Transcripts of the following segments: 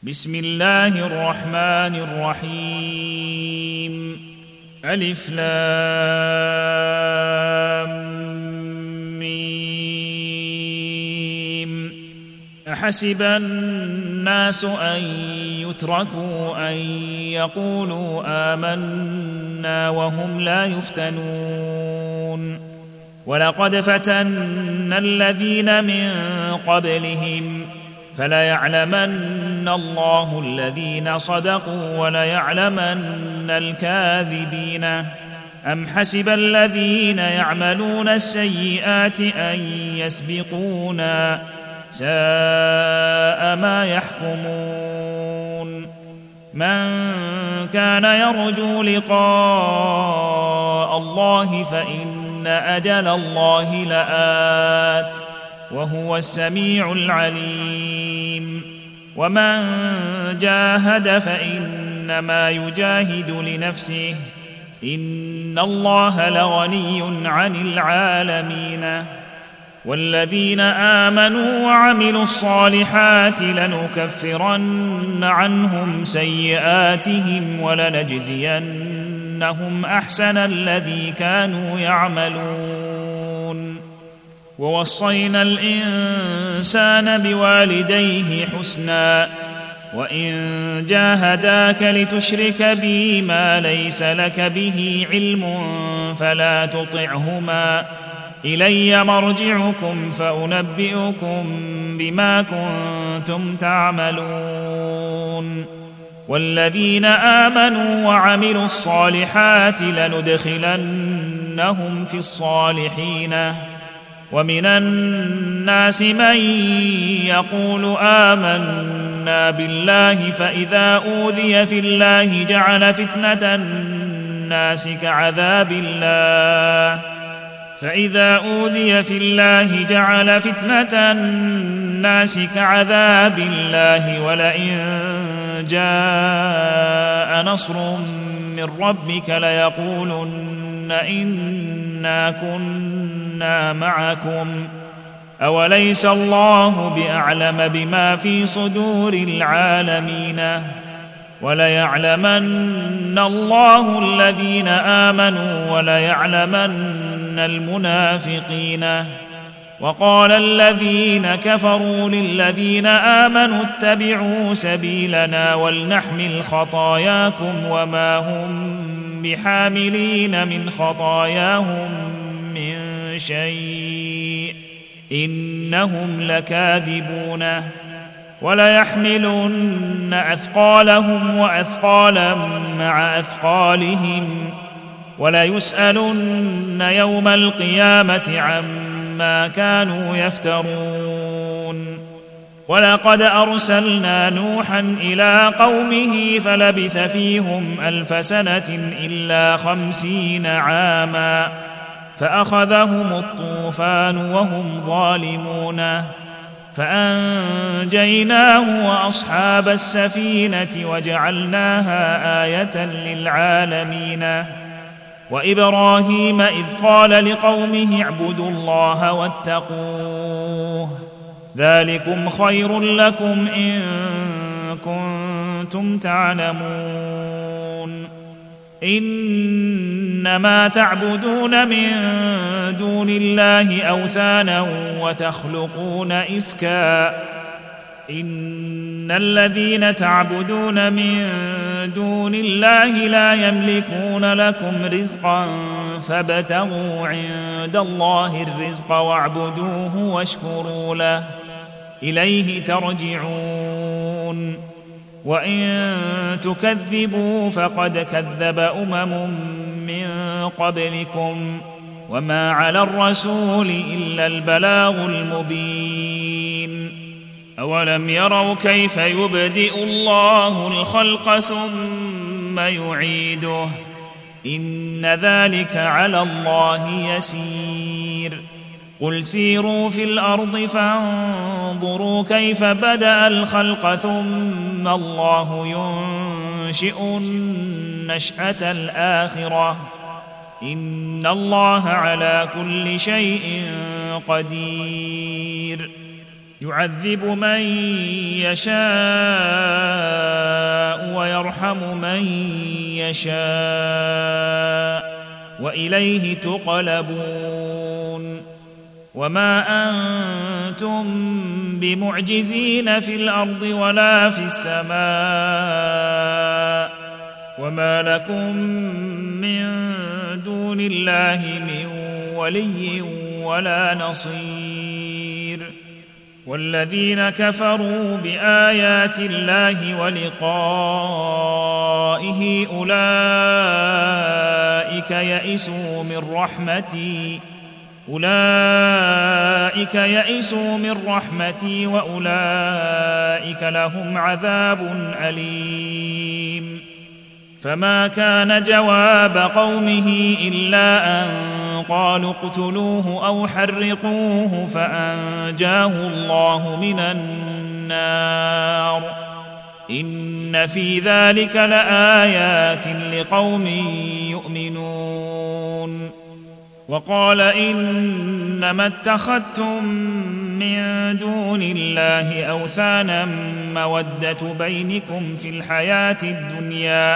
بسم الله الرحمن الرحيم ألف لام ميم أحسب الناس أن يتركوا أن يقولوا آمنا وهم لا يفتنون ولقد فتنا الذين من قبلهم فليعلمن الله الذين صدقوا وليعلمن الكاذبين أم حسب الذين يعملون السيئات أن يسبقونا ساء ما يحكمون من كان يرجو لقاء الله فإن أجل الله لآت وهو السميع العليم ومن جاهد فإنما يجاهد لنفسه إن الله لغني عن العالمين والذين آمنوا وعملوا الصالحات لنكفرن عنهم سيئاتهم ولنجزينهم أحسن الذي كانوا يعملون ووصينا الإنسان بوالديه حسنا وإن جاهداك لتشرك بي ما ليس لك به علم فلا تطعهما إلي مرجعكم فأنبئكم بما كنتم تعملون والذين آمنوا وعملوا الصالحات لندخلنهم في الصالحين ومن الناس من يقول آمنا بالله فإذا أوذي في الله جعل فتنة الناس كعذاب الله ولئن جاء نصر من ربك ليقولن إنا كنا معكم أوليس الله بأعلم بما في صدور العالمين وليعلمن الله الذين آمنوا وليعلمن المنافقين وقال الذين كفروا للذين آمنوا اتبعوا سبيلنا ولنحمل خطاياكم وما هم بحاملين من خطاياهم من شيء إنهم لكاذبون وليحملن أثقالهم وأثقالا مع أثقالهم وليسألن يوم القيامة عما كانوا يفترون ولقد أرسلنا نوحا إلى قومه فلبث فيهم 1000 سنة إلا 50 عاما فأخذهم الطوفان وهم ظالمون فأنجيناه وأصحاب السفينة وجعلناها آية للعالمين وإبراهيم إذ قال لقومه اعبدوا الله واتقوه ذلكم خير لكم إن كنتم تعلمون إنما تعبدون من دون الله أوثانا وتخلقون إفكا إن الذين تعبدون من دون الله لا يملكون لكم رزقا فابتغوا عند الله الرزق واعبدوه واشكروا له إليه ترجعون وإن تكذبوا فقد كذب من قبلكم وما على الرسول إلا البلاغ المبين أولم يروا كيف يبدئ الله الخلق ثم يعيده إن ذلك على الله يسير قل سيروا في الأرض فانظروا كيف بدأ الخلق ثم الله ينشئ النشأة الآخرة إن الله على كل شيء قدير يعذب من يشاء ويرحم من يشاء وإليه تقلبون وما أنتم بمعجزين في الأرض ولا في السماء وما لكم من دون الله من ولي ولا نصير والذين كفروا بآيات الله ولقائه أولئك يئسوا من رحمتي وأولئك لهم عذاب أليم فما كان جواب قومه إلا أن قالوا اقتلوه أو حرقوه فأنجاه الله من النار إن في ذلك لآيات لقوم يؤمنون وقال إنما اتخذتم من دون الله أوثانا مودة بينكم في الحياة الدنيا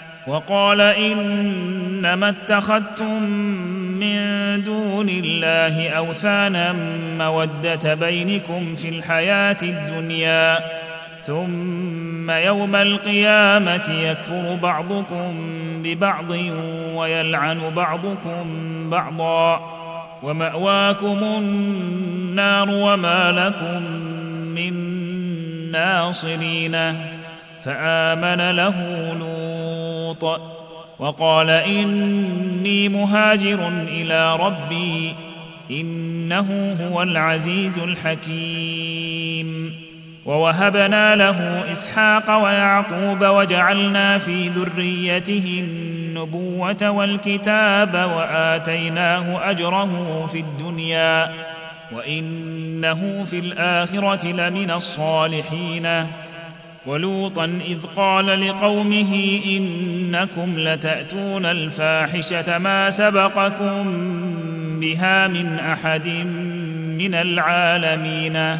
ثم يوم القيامة يكفر بعضكم ببعض ويلعن بعضكم بعضا ومأواكم النار وما لكم من ناصرين فآمن له لوط وقال إني مهاجر إلى ربي إنه هو العزيز الحكيم ووهبنا له إسحاق ويعقوب وجعلنا في ذريته النبوة والكتاب وآتيناه أجره في الدنيا وإنه في الآخرة لمن الصالحين ولوطا إذ قال لقومه إنكم لتأتون الفاحشة ما سبقكم بها من أحد من العالمين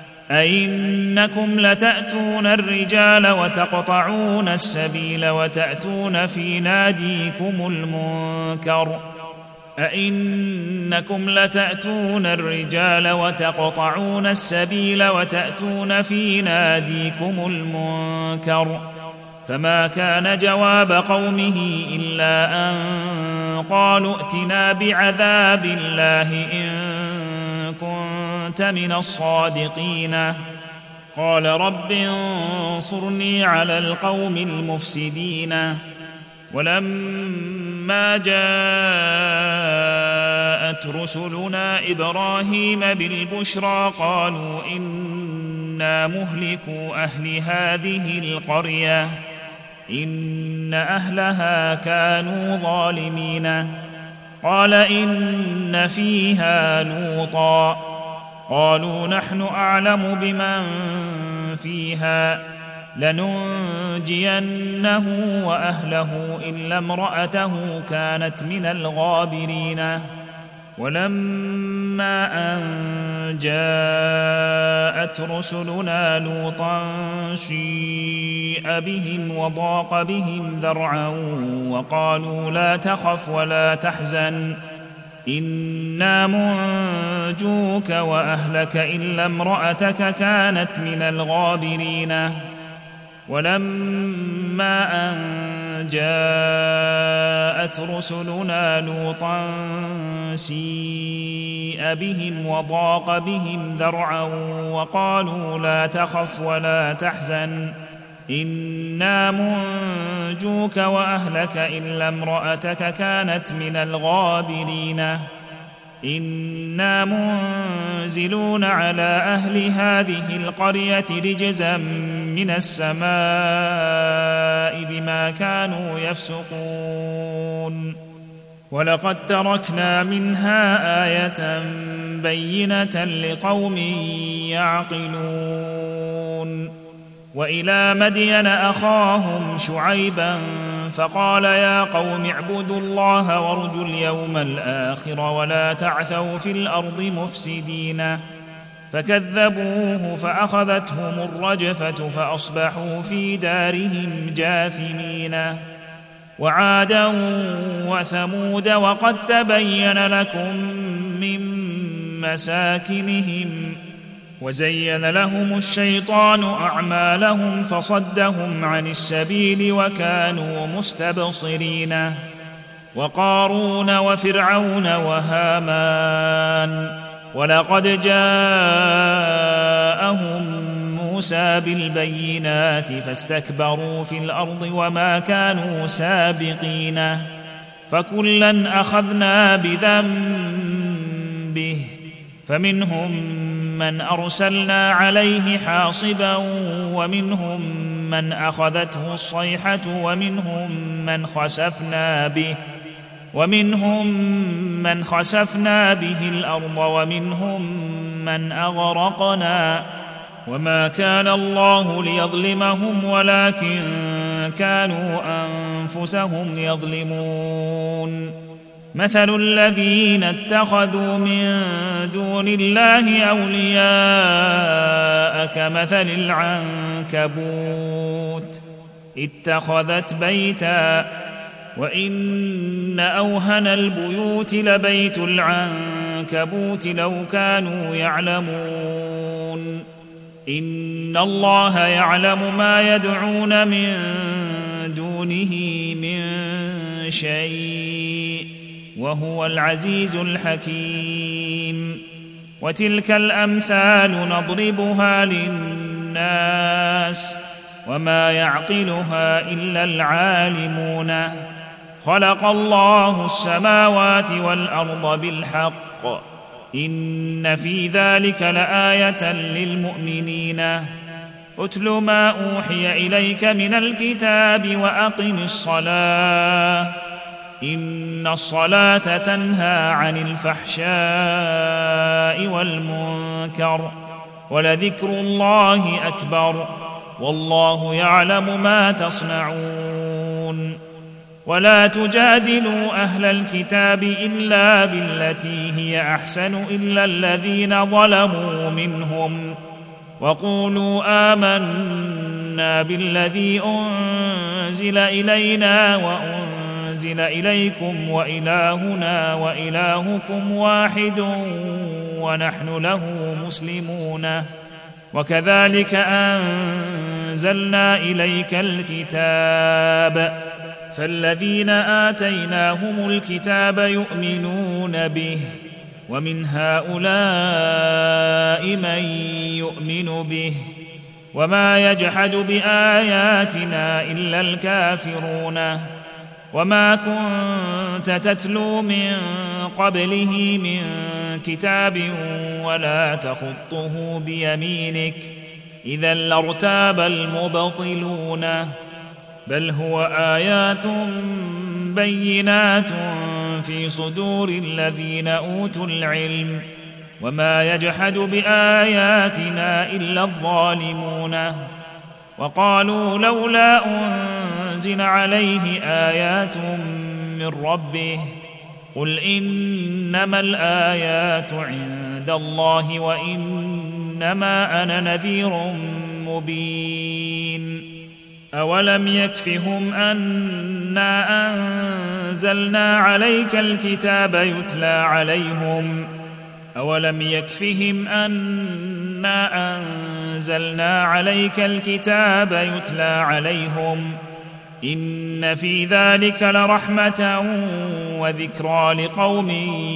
أئنكم لتأتون الرجال وتقطعون السبيل وتأتون في ناديكم المنكر فما كان جواب قومه إلا أن قالوا ائتنا بعذاب الله إن كنت من الصادقين قال رب انصرني على القوم المفسدين ولما جاءت رسلنا إبراهيم بالبشرى قالوا إنا مهلكو أهل هذه القرية إن أهلها كانوا ظالمين قال إن فيها لوطا قالوا نحن أعلم بمن فيها لننجينه وأهله إلا امرأته كانت من الغابرين ولما أن جاءت رسلنا لوطا سيء بهم وضاق بهم ذرعا وقالوا لا تخف ولا تحزن إنا منجوك وأهلك إلا امرأتك كانت من الغابرين ولما أن جاءت رسلنا لوطا سيء بهم وضاق بهم ذرعا وقالوا لا تخف ولا تحزن إنا منجوك وأهلك إلا امرأتك كانت من الغابرين إنا منزلون على أهل هذه القرية رجزا من السماء بما كانوا يفسقون ولقد تركنا منها آية بينة لقوم يعقلون وإلى مدين أخاهم شعيبا فقال يا قوم اعبدوا الله وارجوا اليوم الآخر ولا تعثوا في الأرض مفسدين فكذبوه فأخذتهم الرجفة فأصبحوا في دارهم جاثمين. وعادا وثمود وقد تبين لكم من مساكنهم وزين لهم الشيطان أعمالهم فصدهم عن السبيل وكانوا مستبصرين. وقارون وفرعون وهامان ولقد جاءهم موسى بالبينات فاستكبروا في الأرض وما كانوا سابقين. فكلا أخذنا بذنبه فمنهم من أرسلنا عليه حاصبا ومنهم من أخذته الصيحة ومنهم من خسفنا به الأرض ومنهم من أغرقنا وما كان الله ليظلمهم ولكن كانوا أنفسهم يظلمون. مثل الذين اتخذوا من دون الله أولياء كمثل العنكبوت اتخذت بيتا وإن أوهن البيوت لبيت العنكبوت لو كانوا يعلمون. إن الله يعلم ما يدعون من دونه من شيء وهو العزيز الحكيم. وتلك الأمثال نضربها للناس وما يعقلها إلا العالمون. خلق الله السماوات والأرض بالحق إن في ذلك لآية للمؤمنين. أتل ما أوحي إليك من الكتاب وأقم الصلاة إن الصلاة تنهى عن الفحشاء والمنكر ولذكر الله أكبر والله يعلم ما تصنعون. ولا تجادلوا أهل الكتاب إلا بالتي هي أحسن إلا الذين ظلموا منهم وقولوا آمنا بالذي أنزل إلينا وأنزل إليكم وإلهنا وإلهكم واحد ونحن له مسلمون. وكذلك أنزلنا إليك الكتاب فالذين آتيناهم الكتاب يؤمنون به ومن هؤلاء من يؤمن به وما يجحد بآياتنا إلا الكافرون. وما كنت تتلو من قبله من كتاب ولا تخطه بيمينك إذا لارتاب المبطلون. بل هو آيات بينات في صدور الذين أوتوا العلم وما يجحد بآياتنا إلا الظالمون. وقالوا لولا أنزل عليه آيات من ربه قل إنما الآيات عند الله وإنما أنا نذير مبين. أولم يكفهم أنا أنزلنا عليك الكتاب يتلى عليهم أولم يكفهم أنا أنزلنا عليك الكتاب يتلى عليهم إن في ذلك لرحمة وذكرى لقوم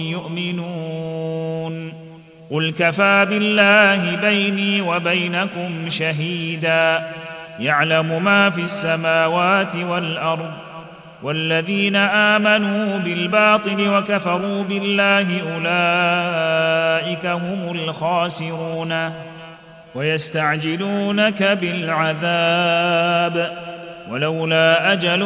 يؤمنون. قل كفى بالله بيني وبينكم شهيدا يعلم ما في السماوات والأرض والذين آمنوا بالباطل وكفروا بالله أولئك هم الخاسرون. ويستعجلونك بالعذاب ولولا أجل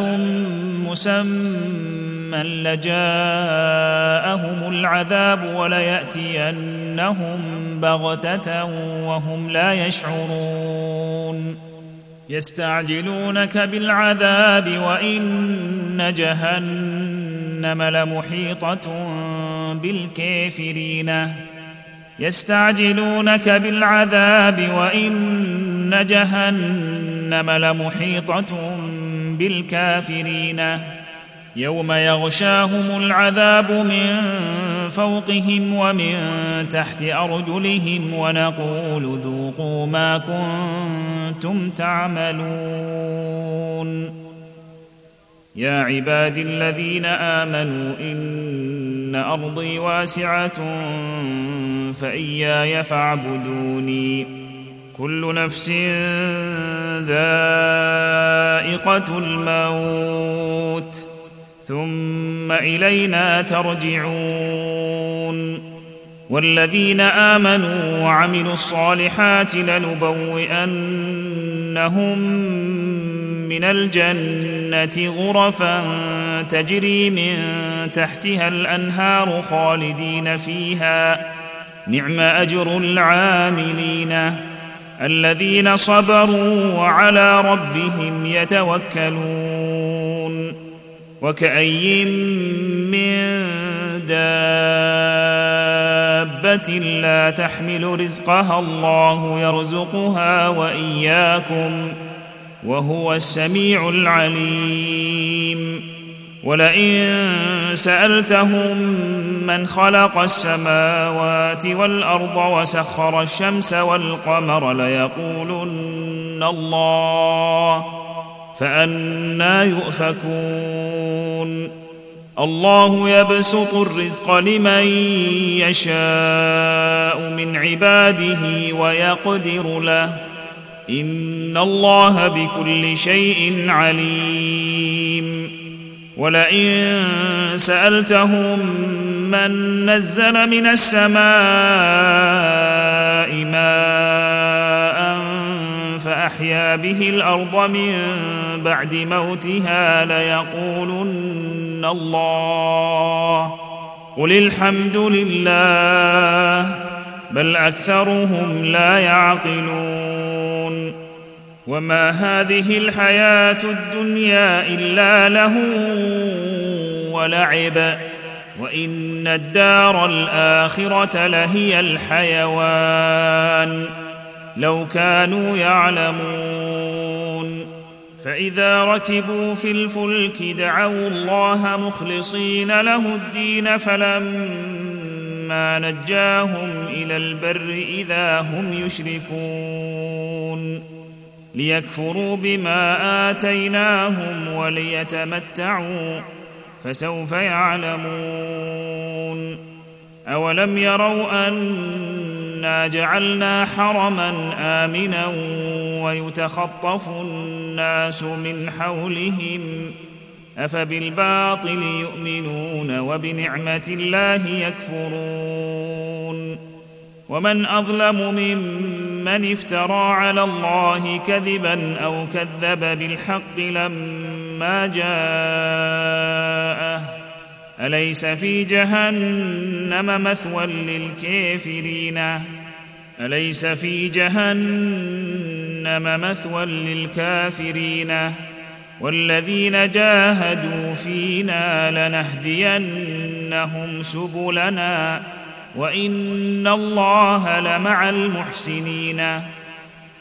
مسمى لجاءهم العذاب وليأتينهم بغتة وهم لا يشعرون. يستعجلونك بالعذاب وإن جهنم لمحيطة بالكافرين يستعجلونك بالعذاب وإن جهنم لمحيطة بالكافرين يوم يغشاهم العذاب من فوقهم ومن تحت أرجلهم ونقول ذوقوا ما كنتم تعملون. يا عبادي الذين آمنوا إن أرضي واسعة فإياي فاعبدوني كل نفس ذائقة الموت ثم إلينا ترجعون. والذين آمنوا وعملوا الصالحات لنبوئنهم من الجنة غرفا تجري من تحتها الأنهار خالدين فيها نعم أجر العاملين الذين صبروا وعلى ربهم يتوكلون. وكأي من دابة لا تحمل رزقها الله يرزقها وإياكم وهو السميع العليم. ولئن سألتهم من خلق السماوات والأرض وسخر الشمس والقمر ليقولن الله فأنى يؤفكون. الله يبسط الرزق لمن يشاء من عباده ويقدر له إن الله بكل شيء عليم. ولئن سألتهم من نزل من السماء ماء فأحيا به الأرض من بعد موتها ليقولن الله قل الحمد لله بل أكثرهم لا يعقلون. وما هذه الحياة الدنيا إلا له ولعب وإن الدار الآخرة لهي الحيوان لو كانوا يعلمون. فإذا ركبوا في الفلك دعوا الله مخلصين له الدين فلما نجاهم إلى البر إذا هم يشركون ليكفروا بما آتيناهم وليتمتعوا فسوف يعلمون. أولم يروا أنا جعلنا حرما آمنا ويتخطف الناس من حولهم أفبالباطل يؤمنون وبنعمة الله يكفرون. ومن أظلم ممن افترى على الله كذبا أو كذب بالحق لما جاءه أليس في جهنم مثوى للكافرين والذين جاهدوا فينا لنهدينهم سبلنا وإن الله لمع المحسنين.